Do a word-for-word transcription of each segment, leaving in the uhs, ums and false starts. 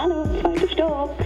Hallo, zweiter Stock.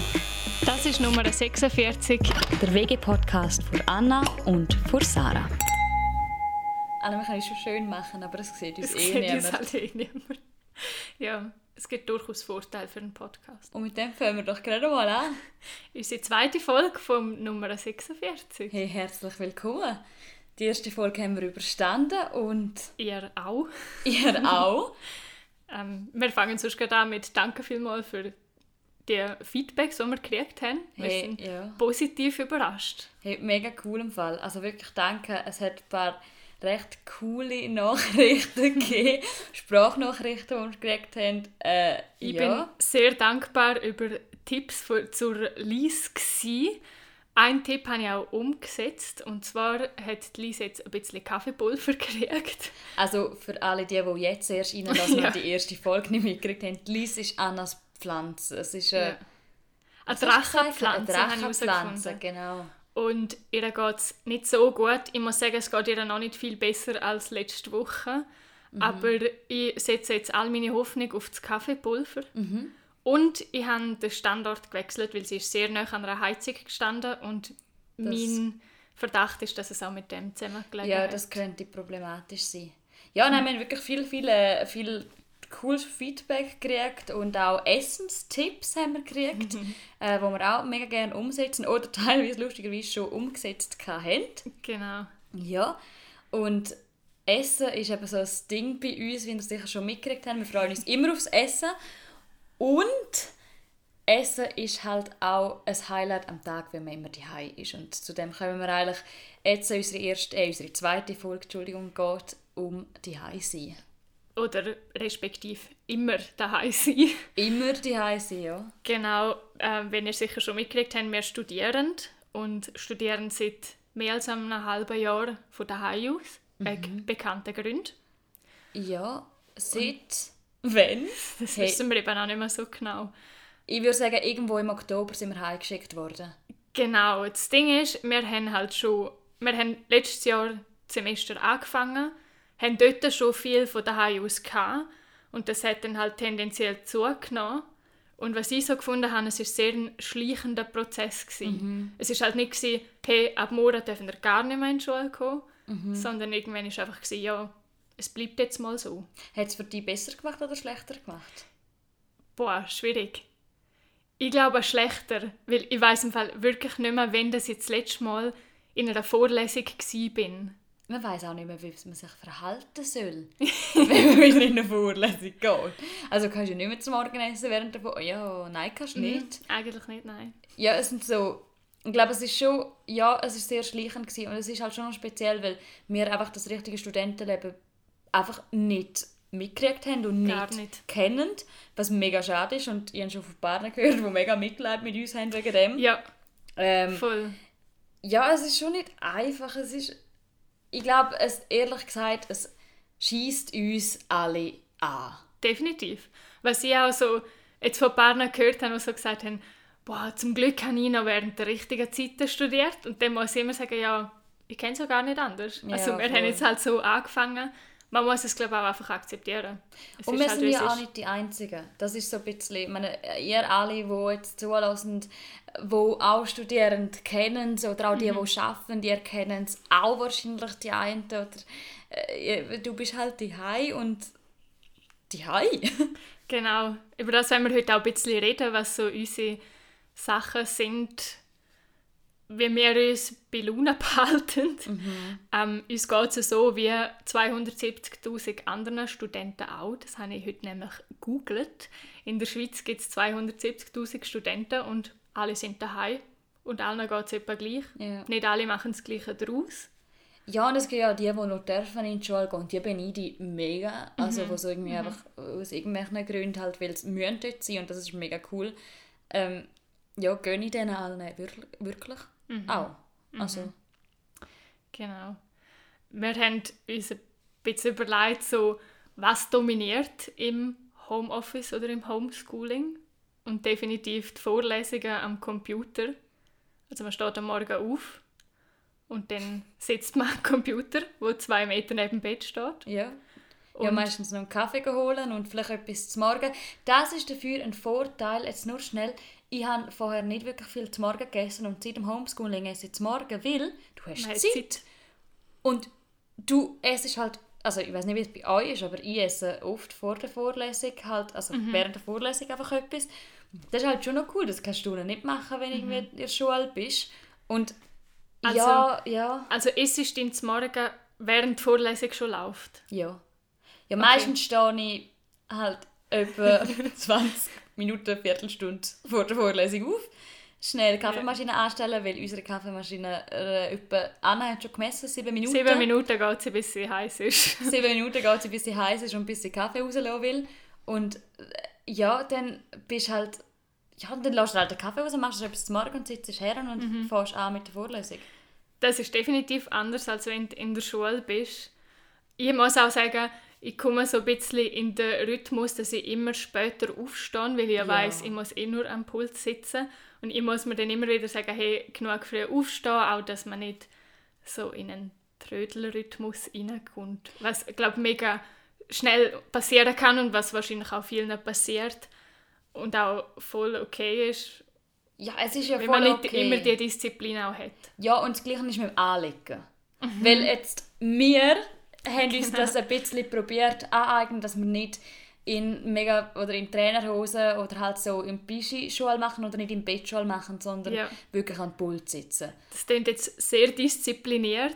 Das ist Nummer sechsundvierzig. Der W G-Podcast von Anna und von Sarah. Anna, wir können es schon schön machen, aber es sieht uns Es eh sieht niemand. uns halt eh niemand. Ja, es gibt durchaus Vorteile für einen Podcast. Und mit dem fangen wir doch gerade mal an. Unsere zweite Folge von Nummer sechsundvierzig. Hey, herzlich willkommen. Die erste Folge haben wir überstanden und Ihr auch. ihr auch. Ähm, wir fangen sonst gerade an mit «Danke vielmals für die Feedbacks, die wir gekriegt haben». Wir Hey, sind ja. positiv überrascht. Hey, mega cool im Fall. Also wirklich danke. Es hat ein paar recht coole Nachrichten gegeben. Sprachnachrichten, die wir gekriegt haben. Äh, Ich ja. bin sehr dankbar über Tipps für, zur Lies gsi. Einen Tipp habe ich auch umgesetzt. Und zwar hat die Lies jetzt ein bisschen Kaffeepulver gekriegt. Also für alle, die, die jetzt erst reinlassen Ja. und die erste Folge nicht mitgekriegt haben, die Lies ist Annas Pflanze. Es ist eine, Ja. Eine was hast du gesagt? Drachenpflanze Eine habe ich Drachenpflanze, herausgefunden. genau. Und ihr geht es nicht so gut. Ich muss sagen, es geht ihr noch nicht viel besser als letzte Woche. Mhm. Aber ich setze jetzt all meine Hoffnung auf das Kaffeepulver. Mhm. Und ich habe den Standort gewechselt, weil sie ist sehr nah an einer Heizung gestanden. Und mein Verdacht ist, dass es auch mit dem zusammengelegen Ja, hat. das könnte problematisch sein. Ja, dann haben wir wirklich viel, viel, äh, viel cooles Feedback gekriegt und auch Essenstipps haben wir gekriegt, äh, die wir auch mega gerne umsetzen oder teilweise lustigerweise schon umgesetzt haben. Genau. Ja, und Essen ist eben so ein Ding bei uns, wie wir es sicher schon mitgekriegt haben. Wir freuen uns immer aufs Essen. Und Essen ist halt auch ein Highlight am Tag, wenn man immer daheim ist. Und zu dem kommen wir eigentlich jetzt in unsere, erste, äh, unsere zweite Folge, Entschuldigung, geht um daheim sein. Oder respektive immer daheim sein. Immer daheim sein, ja. Genau, äh, wenn ihr sicher schon mitgekriegt habt, wir studieren und studieren seit mehr als einem halben Jahr von daheim aus, wegen bekannten Gründen. Ja, seit wann? Das Hey, wissen wir eben auch nicht mehr so genau. ich würde sagen, irgendwo im Oktober sind wir heimgeschickt worden. Genau, das Ding ist, wir haben halt schon, wir haben letztes Jahr das Semester angefangen, haben dort schon viel von daheim aus gehabt und das hat dann halt tendenziell zugenommen. Und was ich so gefunden habe, es war sehr ein schleichender Prozess gewesen. Es war halt nicht gewesen, hey, ab morgen dürfen wir gar nicht mehr in die Schule kommen, sondern irgendwann war es einfach gewesen, ja, es bleibt jetzt mal so. Hat es für dich besser gemacht oder schlechter gemacht? Boah, schwierig. Ich glaube schlechter, weil ich weiss im Fall wirklich nicht mehr, wann das jetzt das letzte Mal in einer Vorlesung war. Man weiss auch nicht mehr, wie man sich verhalten soll, wenn man in eine Vorlesung geht. Also kannst du nicht mehr zum Morgenessen während der Vorlesung. Ja, nein, kannst du nicht. Eigentlich nicht, nein. Ja, es sind so... Ich glaube, es ist schon... Ja, es ist sehr schleichend gewesen. Und es ist halt schon noch speziell, weil wir einfach das richtige Studentenleben einfach nicht mitgekriegt haben und Gar nicht, nicht. kennen, was mega schade ist. Und ich habe schon von Partnern gehört, die mega Mitleid mit uns haben wegen dem. Ja, Ähm, voll. ja, es ist schon nicht einfach. Es ist... Ich glaube, es, ehrlich gesagt, es schießt uns alle an. Definitiv. Was ich auch so jetzt von Partnern gehört habe, die so gesagt haben, boah, zum Glück habe ich noch während der richtigen Zeiten studiert. Und dann muss ich immer sagen, ja, ich kenne es auch gar nicht anders. Ja, also wir voll. haben jetzt halt so angefangen. Man muss es, glaube ich, auch einfach akzeptieren. Es Und ist wir halt, sind wie ja es auch ist. nicht die Einzigen. Das ist so ein bisschen, ich meine, ihr alle, die jetzt zulassen, die auch studieren, kennen es, oder auch die, die arbeiten, die kennen es auch wahrscheinlich die einen. Oder, äh, du bist halt daheim und daheim. Genau. Über das wollen wir heute auch ein bisschen reden, was so unsere Sachen sind, wie wir uns bei Luna behalten. Ähm, uns geht es so wie zweihundertsiebzigtausend anderen Studenten auch. Das habe ich heute nämlich gegoogelt. In der Schweiz gibt es zweihundertsiebzigtausend Studenten und alle sind daheim. Und allen geht es etwa gleich. Ja. Nicht alle machen das Gleiche daraus. Ja, und es gibt ja die, die noch dürfen in die Schule gehen, die beneide ich mega. Also, die so irgendwie einfach aus irgendwelchen Gründen halt, weil sie müssen dort sein und das ist mega cool. Ähm, ja, gönne ich denen allen wirklich, wirklich auch. Also, Genau. Wir haben uns ein bisschen überlegt, so, was dominiert im Homeoffice oder im Homeschooling. Und definitiv die Vorlesungen am Computer. Also man steht am Morgen auf und dann sitzt man am Computer, wo zwei Meter neben dem Bett steht. ja. Und ja, meistens noch einen Kaffee holen und vielleicht etwas zum Morgen. Das ist dafür ein Vorteil, jetzt nur schnell, ich habe vorher nicht wirklich viel zum Morgen gegessen und seit dem Homeschooling esse ich zum Morgen, weil du hast Man hat Zeit. Zeit. Und du essst halt, also ich weiß nicht, wie es bei euch ist, aber ich esse oft vor der Vorlesung halt, also Mhm. während der Vorlesung einfach etwas. Das ist halt schon noch cool, das kannst du nicht machen, wenn du in der Schule bist. Und Also- ja, ja, Also isst du zum Morgen, während die Vorlesung schon läuft? ja. Ja, meistens stehe ich halt etwa zwanzig Minuten, Viertelstunde vor der Vorlesung auf. Schnell die Kaffeemaschine anstellen, weil unsere Kaffeemaschine äh, etwa, Anna hat schon gemessen, sieben Minuten. Sieben Minuten geht sie, bis sie heiß ist. Sieben Minuten geht sie, bis sie heiß ist und bis sie Kaffee rauslassen will. Und äh, ja, dann bist halt, ja, dann lässt du halt den Kaffee raus, machst du etwas zum Morgen und sitzt her und Mhm. fährst an mit der Vorlesung. Das ist definitiv anders, als wenn du in der Schule bist. Ich muss auch sagen, ich komme so ein bisschen in den Rhythmus, dass ich immer später aufstehe, weil ich ja Ja. weiss, ich muss eh nur am Pult sitzen. Und ich muss mir dann immer wieder sagen, hey, genug früh aufstehen, auch dass man nicht so in einen Trödelrhythmus reinkommt. Was, glaube ich, mega schnell passieren kann und was wahrscheinlich auch vielen passiert und auch voll okay ist, Ja, es ist ja wenn voll man nicht okay. immer die Disziplin auch hat. Ja, und das Gleiche ist mit dem Anlegen. Mhm. Weil jetzt wir haben uns das ein bisschen probiert aneignen, dass wir nicht in mega oder in Trainerhosen oder halt so im Bischi-Schule machen oder nicht im Bettschule machen, sondern Ja. wirklich an den Pult sitzen. Das klingt jetzt sehr diszipliniert.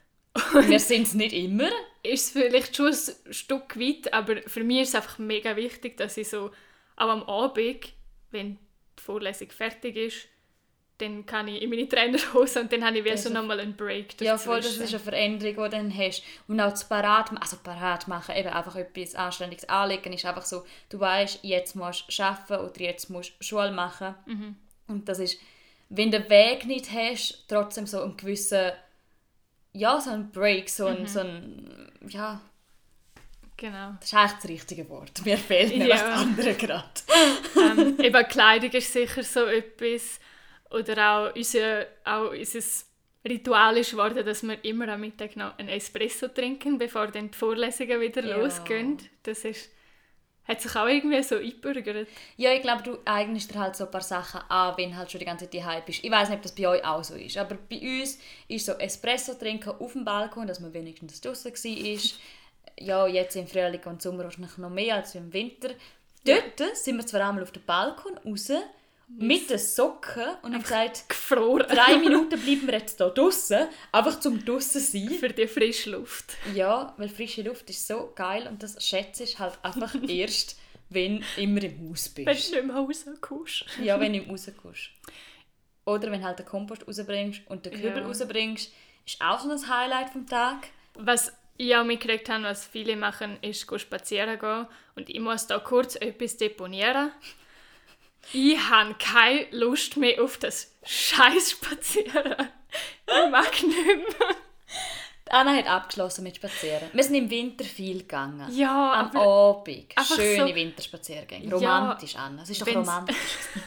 Wir sind es nicht immer. Ist es vielleicht schon ein Stück weit, aber für mich ist es einfach mega wichtig, dass ich so auch am Abend, wenn die Vorlesung fertig ist, dann kann ich in meine Trainerhose und dann habe ich wieder Das so ist- nochmal einen Break Ja, voll, das dazwischen. ist eine Veränderung, die du dann hast. Und auch das Parat, also parat machen, eben einfach etwas Anständiges anlegen, ist einfach so, du weißt, jetzt musst du arbeiten oder jetzt musst du Schule machen. Mhm. Und das ist, wenn du den Weg nicht hast, trotzdem so einen gewissen, ja, so ein Break, so ein, Mhm. so ein, ja, Genau. das ist eigentlich das richtige Wort. Mir fehlt mir Ja. das andere gerade. ähm, eben Kleidung ist sicher so etwas. Oder auch unser, auch unser Ritual ist geworden, dass wir immer am Mittag noch einen Espresso trinken, bevor dann die Vorlesungen wieder Ja. losgehen. Das ist, hat sich auch irgendwie so eingebürgert. Ja, ich glaube, du eignest dir halt so ein paar Sachen an, wenn du halt schon die ganze Zeit daheim bist. Ich weiß nicht, ob das bei euch auch so ist, aber bei uns ist so Espresso trinken auf dem Balkon, dass man wenigstens draußen war. Ja, jetzt im Frühling und Sommer wahrscheinlich noch mehr als im Winter. Dort sind wir zwar einmal auf dem Balkon raus, mit den Socken und haben gesagt, Gefroren. drei Minuten bleiben wir jetzt hier draussen, einfach zum draussen sein. Für die frische Luft. Ja, weil frische Luft ist so geil und das schätze ich halt einfach erst, wenn du immer im Haus Wenn du bist. nicht mehr rauskommst. Ja, wenn du im Haus kommst. Oder wenn du halt den Kompost rausbringst und den Kübel Ja. rausbringst, ist auch so ein Highlight vom Tag. Was ich auch mitgekriegt habe, was viele machen, ist go spazieren gehen. Und ich muss da kurz etwas deponieren. Ich habe keine Lust mehr auf das scheiß Spazieren. Ich mag nicht mehr. Anna hat abgeschlossen mit Spazieren. Wir sind im Winter viel gegangen. Ja, Am aber Abend. einfach Schöne so- Winterspaziergänge. Ja, Romantisch, Anna. Es ist doch wenn's- romantisch.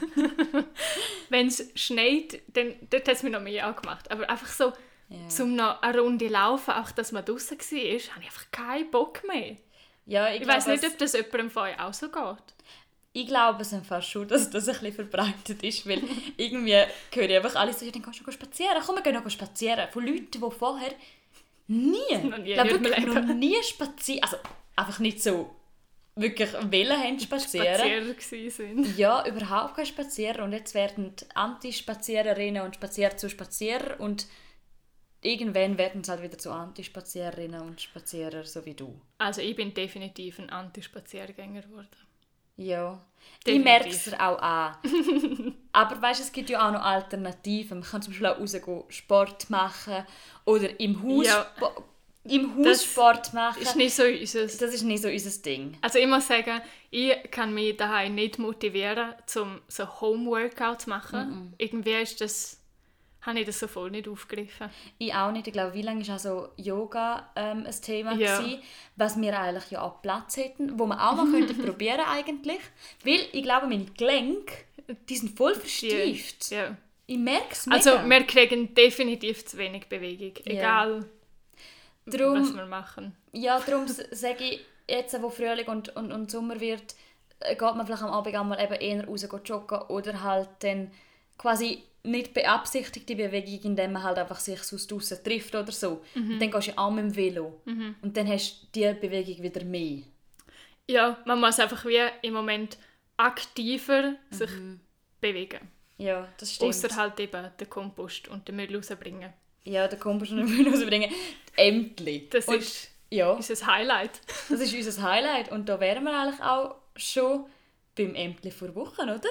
wenn es schneit, dann dort hat es mich noch mehr angemacht. Aber einfach so, Ja. zum noch eine Runde laufen, auch dass man draußen war, habe ich einfach keinen Bock mehr. Ja, ich, Ich glaube, weiss nicht, es- ob das jemandem von euch auch so geht. Ich glaube es einfach schon, dass das ein bisschen verbreitet ist, weil irgendwie höre ich einfach alle so, ja, dann gehst du noch spazieren, komm, wir gehen noch spazieren. Von Leuten, die vorher nie, Noch nie ich glaube in ihrem wirklich noch Leben. nie spazieren, also einfach nicht so wirklich wollen haben spazieren. Spazierer gewesen sind. Ja, überhaupt kein Spazierer und jetzt werden die Antispaziererinnen und Spazierer zu Spazierer und irgendwann werden es halt wieder zu Antispaziererinnen und Spazierer, so wie du. Also ich bin definitiv ein Anti-Spaziergänger geworden. Ja, ich Definitiv. merke es dir auch an. Aber weißt, es gibt ja auch noch Alternativen. Man kann zum Beispiel auch rausgehen, Sport machen oder im Haus, Ja. Spo- im Haus Das Sport machen. Ist nicht so unser... Das ist nicht so unser Ding. Also ich muss sagen, ich kann mich daheim nicht motivieren, um so Home-Workout zu machen. Irgendwie ist das... habe ich das so voll nicht aufgegriffen. Ich auch nicht. Ich glaube, wie lange war auch so Yoga ähm, ein Thema, Ja. gewesen, was wir eigentlich ja auch Platz hätten, wo wir auch mal könnten probieren eigentlich. Weil ich glaube, meine Gelenke, die sind voll verstieft. Ja. Ich merke es mega. Also wir kriegen definitiv zu wenig Bewegung, Ja. egal Drum- was wir machen. Ja, darum sage ich, jetzt, wo Frühling und, und, und Sommer wird, geht man vielleicht am Abend einmal eben eher raus joggen oder halt dann quasi nicht beabsichtigte Bewegung, indem man halt einfach sich sonst draussen trifft oder so. Mhm. Und dann gehst du auch mit dem Velo. Mhm. Und dann hast du diese Bewegung wieder mehr. Ja, man muss einfach wie im Moment aktiver sich mhm. bewegen. Ja, das stimmt. Ausser halt eben den Kompost und den Müll rausbringen. Ja, den Kompost und den Müll rausbringen. Ämtli. Das und, ist ja, unser Highlight. Das ist unser Highlight. Und da wären wir eigentlich auch schon beim Ämtli vor Wochen, oder?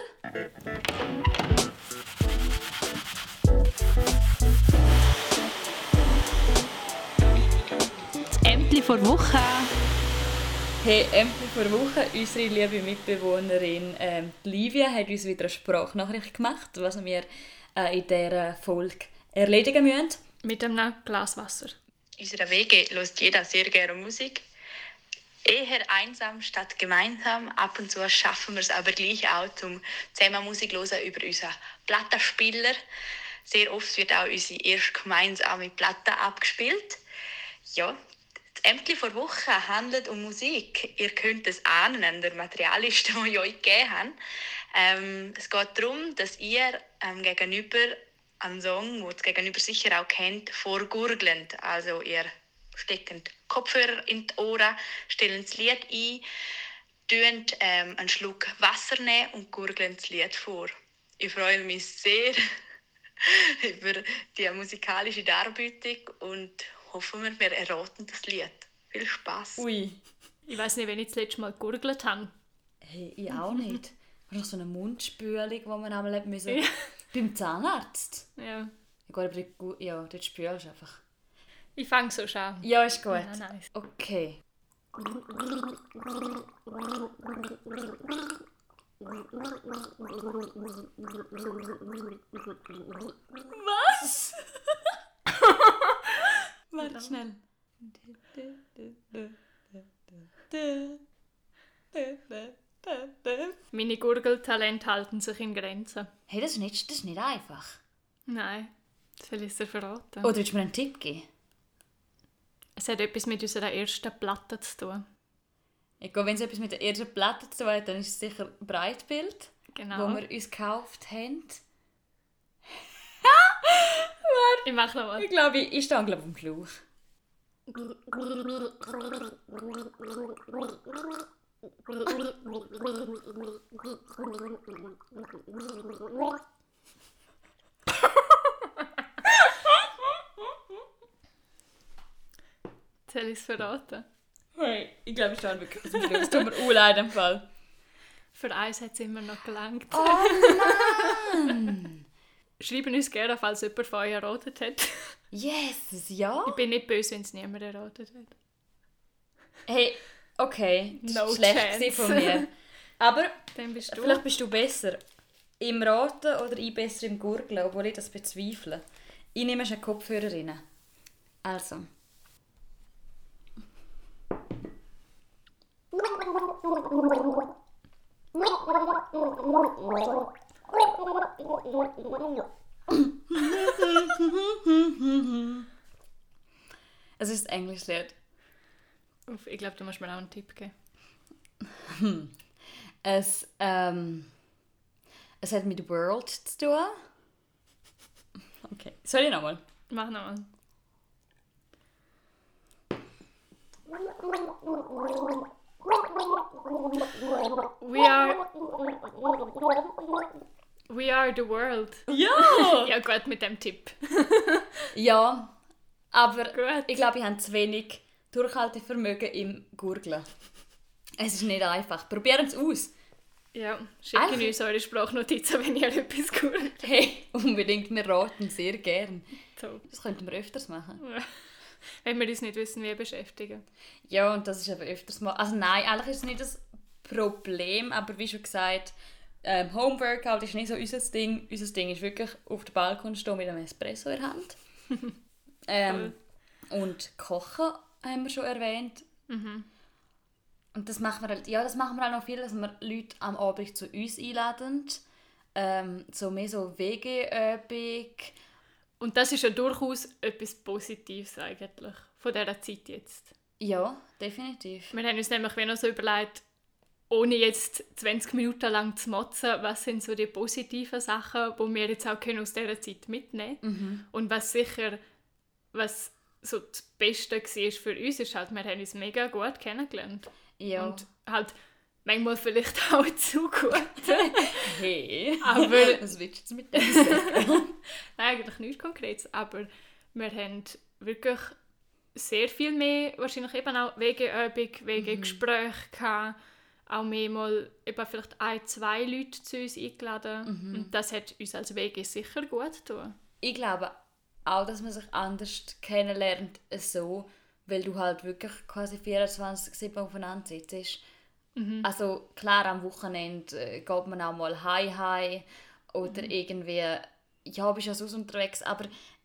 Ämtli vor Woche. Hey, Ämtli vor Woche. Unsere liebe Mitbewohnerin ähm, Livia hat uns wieder eine Sprachnachricht gemacht, was wir äh, in dieser Folge erledigen müssen. Mit einem Glas Wasser. In unserer W G hört jeder sehr gerne Musik. Eher einsam statt gemeinsam. Ab und zu schaffen wir es aber gleich auch, um zusammen Musik zu hören über unseren Plattenspieler. Sehr oft wird auch unsere erste gemeinsame Platte abgespielt. Ja, das Ämtli vor Woche handelt um Musik. Ihr könnt es ahnen an der Materialliste, die ich euch gegeben habe. Ähm, es geht darum, dass ihr ähm, gegenüber einen Song, den ihr gegenüber sicher auch kennt, vorgurgelnd. Also ihr steckt Kopfhörer in die Ohren, stellen das Lied ein, tun ähm, einen Schluck Wasser nehmen und gurgeln das Lied vor. Ich freue mich sehr über die musikalische Darbietung und hoffe, wir erraten das Lied. Viel Spass. Ui. Ich weiss nicht, wenn ich das letzte Mal gegurgelt habe. Hey, ich auch nicht. Noch so eine Mundspülung, die man einmal müssen. Ja. Beim Zahnarzt. Ja. Ja, gut, aber die, ja, dort spülst du einfach. Ich fange so schon an. Ja, ist gut. Ja, nice. Okay. Was? Warte schnell. Meine Gurgeltalente halten sich in Grenzen. Hey, das ist nicht, das ist nicht einfach. Nein, das will ich dir verraten. Oder willst du mir einen Tipp geben? Es hat etwas mit unserer ersten Platte zu tun. Ich glaube, wenn es etwas mit der ersten Platte zu tun hat, dann ist es sicher Breitbild, Genau. wo wir uns gekauft haben. Ich mache noch mal. Ich glaube, ich, ich stehe glaube auf dem Schlauch. Soll ich es verraten? Hey, ich glaube, ich stehe wirklich auf dem Schlauch. Es tut mir auch leid im Fall. Für eins hat es immer noch gelangt. Oh Mann! Schreiben uns gerne, falls jemand von euch erratet hat. Yes, ja. Ich bin nicht böse, wenn es niemand erratet hat. Hey, okay. Das No war schlecht chance. von mir. Aber Dann bist du. vielleicht bist du besser im Raten oder ich besser im Gurgeln, obwohl ich das bezweifle. Ich nehme schon Kopfhörer rein. Also. Es ist ein englisches Lied. Uff, ich glaube, du musst mir auch einen Tipp geben. Es, ähm, es hat mit World zu tun. Okay, soll ich nochmal? Mach nochmal. We are... We are the world. Ja! Ja gut, mit dem Tipp. Ja, aber Gut. ich glaube, ich habe zu wenig Durchhaltevermögen im Gurgeln. Es ist nicht einfach. Probieren es aus. Ja, schicken Eigentlich- uns eure Sprachnotizen, wenn ihr etwas gehört. Hey, unbedingt, wir raten sehr gern. So. Das könnten wir öfters machen. Wenn wir uns nicht wissen, wie beschäftigen. Ja, und das ist aber öfters mal... Also nein, eigentlich ist es nicht das Problem, aber wie schon gesagt, ähm, Homeworkout ist nicht so unser Ding. Unser Ding ist wirklich auf dem Balkon stehen mit einem Espresso in der Hand. ähm, und Kochen haben wir schon erwähnt. Mhm. Und das machen wir halt, ja, das machen wir auch noch viel, dass wir Leute am Abend zu uns einladen. Ähm, so mehr so W G-Übung. Und das ist ja durchaus etwas Positives eigentlich, von dieser Zeit jetzt. Ja, definitiv. Wir haben uns nämlich wie noch so überlegt, ohne jetzt zwanzig Minuten lang zu motzen, was sind so die positiven Sachen, die wir jetzt auch können aus dieser Zeit mitnehmen können. Mhm. Und was sicher, was so das Beste war für uns, ist halt, wir haben uns mega gut kennengelernt. Ja. Und halt manchmal vielleicht auch zu gut. Hey, aber, was willst du jetzt mit dem sagen? Nein, eigentlich nichts Konkretes, aber wir haben wirklich sehr viel mehr, wahrscheinlich eben auch wegen Übung, wegen mhm. Gespräch gehabt, auch mehrmal eben vielleicht ein, zwei Leute zu uns eingeladen. Mhm. Und das hat uns als W G sicher gut getan. Ich glaube auch, dass man sich anders kennenlernt, so, weil du halt wirklich quasi vierundzwanzig sieben aufeinander sitzt. Mhm. Also klar, am Wochenende äh, geht man auch mal hi hi oder mhm. irgendwie, ja, bist ja sonst unterwegs, aber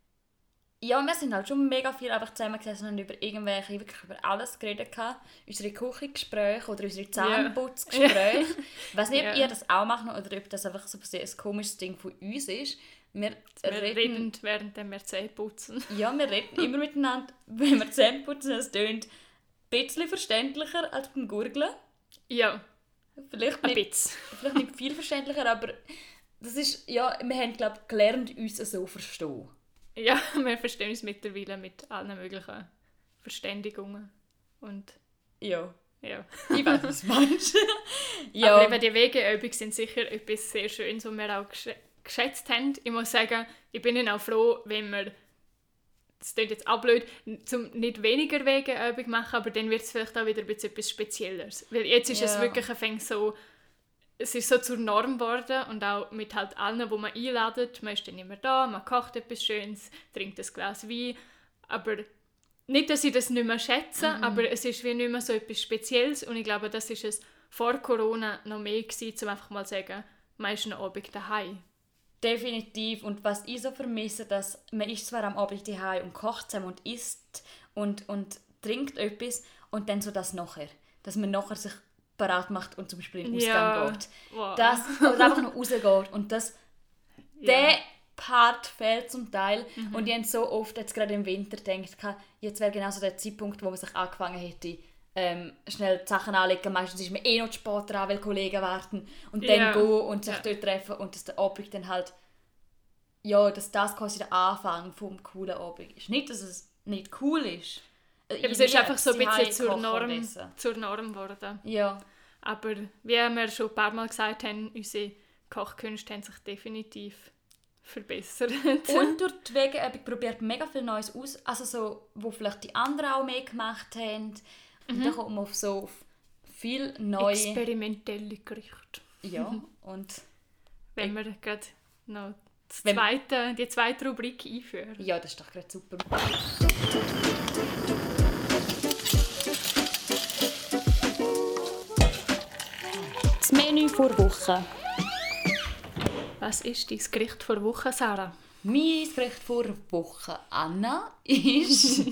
ja, wir sind halt schon mega viel einfach zusammengesessen und über irgendwelche, wirklich über alles geredet gehabt. Unsere Küchengespräche oder unsere Zahnputzgespräche. Yeah. Ich weiss nicht, ob yeah. ihr das auch macht oder ob das einfach so ein komisches Ding von uns ist. Wir, wir reden, reden während wir Zähne putzen. Ja, wir reden immer miteinander, wenn wir Zähne putzen. Es klingt ein bisschen verständlicher als beim Gurgeln. Ja, vielleicht ein nicht, bisschen. Vielleicht nicht viel verständlicher, aber das ist, ja, wir haben, glaube ich, gelernt, uns so verstehen. Ja, wir verstehen uns mittlerweile mit allen möglichen Verständigungen. Und ja. Ja. Ich weiß, was du meinst. Ja. Aber eben die W G-Übungen sind sicher etwas sehr Schönes, was wir auch gesch- geschätzt haben. Ich muss sagen, ich bin dann auch froh, wenn wir, das klingt jetzt auch blöd, zum nicht weniger W G-Übung machen, aber dann wird es vielleicht auch wieder ein bisschen etwas Spezielleres. Weil jetzt ist ja. es wirklich ein Fäng so, es ist so zur Norm geworden und auch mit halt allen, die man einladet. Man ist dann immer da, man kocht etwas Schönes, trinkt ein Glas Wein. Aber nicht, dass ich das nicht mehr schätze, mhm. aber es ist wie nicht mehr so etwas Spezielles. Und ich glaube, das war es vor Corona noch mehr gewesen, um einfach mal zu sagen, man ist am Abend daheim. Definitiv. Und was ich so vermisse, dass man ist zwar am Abend daheim und kocht zusammen und isst und, und trinkt etwas und dann so das nachher. Dass man nachher sich parat macht und zum Beispiel in den Ausgang ja. geht. Wow. Das, oder einfach noch rausgeht. Und das, ja. der Part fehlt zum Teil. Mhm. Und ich habe so oft jetzt gerade im Winter gedacht, jetzt wäre genau so der Zeitpunkt, wo man sich angefangen hätte, ähm, schnell die Sachen anlegen. Meistens ist man eh noch spät dran, weil Kollegen warten. Und dann ja. gehen und sich ja. dort treffen. Und dass der Abend dann halt, ja, dass das quasi der Anfang vom coolen Abend ist. Nicht, dass es nicht cool ist. Aber es ist einfach so ein bisschen zur Norm, zur Norm geworden. Ja. Aber wie wir schon ein paar Mal gesagt haben, unsere Kochkünste haben sich definitiv verbessert. Und durch die Wegeübung probiert mega viel Neues aus, also so, wo vielleicht die anderen auch mehr gemacht haben. Und mhm. dann kommt man auf so viel neue... experimentelle Gerichte. Ja, und... Wenn wir gerade noch das zweite, die zweite Rubrik einführen. Ja, das ist doch gerade super. Das Menü vor Woche. Was ist dein Gericht vor Woche, Sarah? Mein Gericht vor Woche, Anna, ist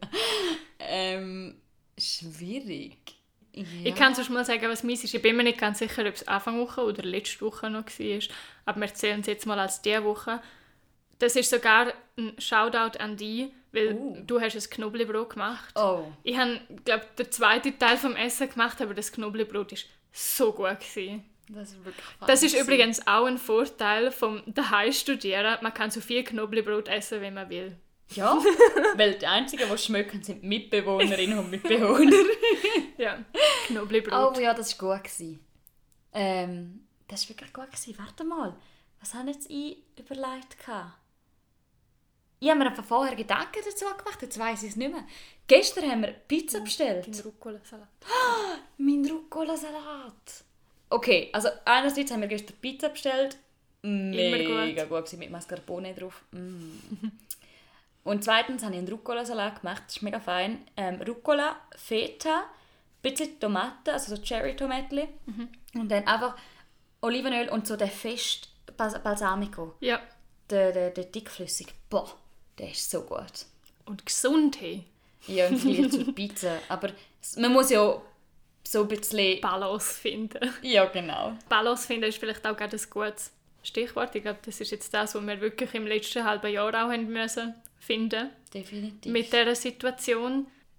ähm, schwierig. Ja. Ich kann sonst mal sagen, was meins ist. Ich bin mir nicht ganz sicher, ob es Anfang Woche oder letzte Woche noch war. Aber wir zählen es jetzt mal als diese Woche. Das ist sogar ein Shoutout an dich, weil uh. du hast ein Knoblauchbrot gemacht. Oh. Ich habe, glaube den zweiten Teil vom Essen gemacht, aber das Knoblauchbrot war so gut gewesen. Das ist wirklich fancy. Das ist übrigens auch ein Vorteil vom daheim studieren. Man kann so viel Knoblauchbrot essen, wie man will. Ja, weil die einzigen, die schmecken, sind Mitbewohnerinnen und Mitbewohner. Ja, Knoblauchbrot. Oh ja, das war gut. Ähm, das war wirklich gut. Warte mal, was habe ich jetzt ich überlegt? Ich habe mir einfach vorher Gedanken dazu gemacht, jetzt weiss ich es nicht mehr. Gestern haben wir Pizza bestellt. Mein Rucola-Salat. Oh, mein Rucola-Salat. Okay, also einerseits haben wir gestern Pizza bestellt. Mega gut, gut mit Mascarpone drauf. Mm. Und zweitens habe ich einen Rucola-Salat gemacht, das ist mega fein. Ähm, Rucola, Feta, ein bisschen Tomaten, also so Cherry-Tomatli. Mhm. Und dann einfach Olivenöl und so der fest Bals- Balsamico. Ja. Der, der, der dickflüssig. Boah, der ist so gut. Und gesund, hey. Ja, im Vergleich zur Pizza. Aber man muss ja so ein bisschen... Balance finden. Ja, genau. Balance finden ist vielleicht auch gerade ein gutes Stichwort. Ich glaube, das ist jetzt das, was wir wirklich im letzten halben Jahr auch haben müssen finden. Definitiv. Mit dieser Situation.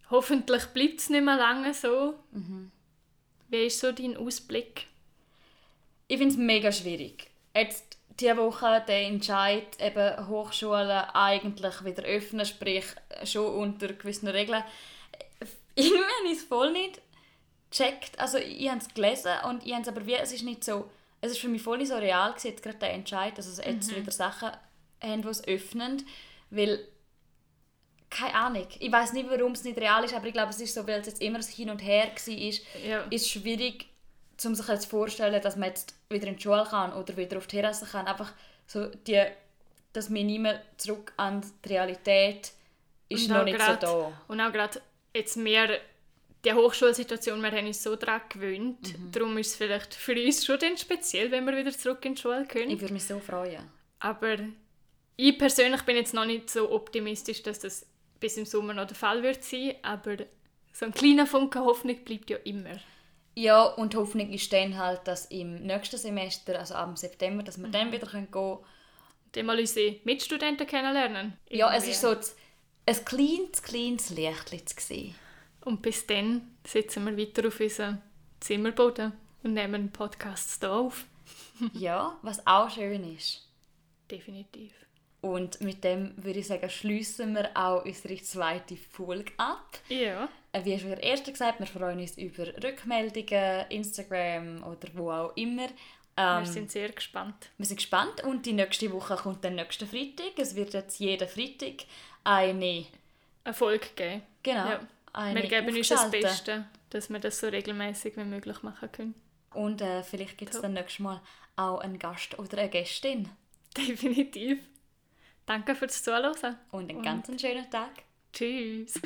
hoffentlich bleibt es nicht mehr lange so. Mhm. Wie ist so dein Ausblick? Ich finde es mega schwierig. Jetzt diese Woche der Entscheid, eben Hochschulen eigentlich wieder öffnen, sprich schon unter gewissen Regeln. Irgendwie habe ich es voll nicht gecheckt. Also ich habe es gelesen und ich habe es aber wie, es ist nicht so, es ist für mich voll nicht so real gewesen, jetzt gerade der Entscheid, dass es jetzt mhm. wieder Sachen haben, die es öffnen, weil keine Ahnung, ich weiß nicht, warum es nicht real ist, aber ich glaube, es ist so, weil es jetzt immer so hin und her war, ist ja. es schwierig, um sich jetzt vorzustellen, dass man jetzt wieder in die Schule kann oder wieder auf die Terrasse kann. Einfach so die, das Minimum zurück an die Realität ist noch nicht grad, so da. Und auch gerade jetzt mehr die Hochschulsituation, wir haben uns so daran gewöhnt. Mhm. Darum ist es vielleicht für uns schon dann speziell, wenn wir wieder zurück in die Schule können. Ich würde mich so freuen. Aber ich persönlich bin jetzt noch nicht so optimistisch, dass das bis im Sommer noch der Fall wird sein. Aber so ein kleiner Funke Hoffnung bleibt ja immer. Ja, und die Hoffnung ist dann halt, dass im nächsten Semester, also ab September, dass wir mhm. dann wieder gehen können. Dann mal unsere Mitstudenten kennenlernen. Irgendwie. Ja, es ist so ein kleines, kleines Lichtchen zu sehen. Und bis dann sitzen wir weiter auf unserem Zimmerboden und nehmen einen Podcast hier auf. Ja, was auch schön ist. Definitiv. Und mit dem würde ich sagen, schliessen wir auch unsere zweite Folge ab. Ja. Wie schon der erste gesagt, wir freuen uns über Rückmeldungen, Instagram oder wo auch immer. Ähm, wir sind sehr gespannt. Wir sind gespannt und die nächste Woche kommt dann nächsten Freitag. Es wird jetzt jeden Freitag eine Folge geben. Genau. Ja. Wir geben uns das Beste, dass wir das so regelmäßig wie möglich machen können. Und äh, vielleicht gibt es dann nächstes Mal auch einen Gast oder eine Gästin. Definitiv. Danke fürs Zuhören. Und einen ganz Und schönen Tag. Tschüss.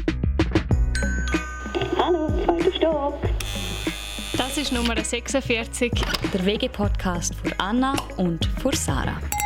Hallo, zweiter Stock. Das ist Nummer sechsundvierzig. Der W G-Podcast für Anna und für Sarah.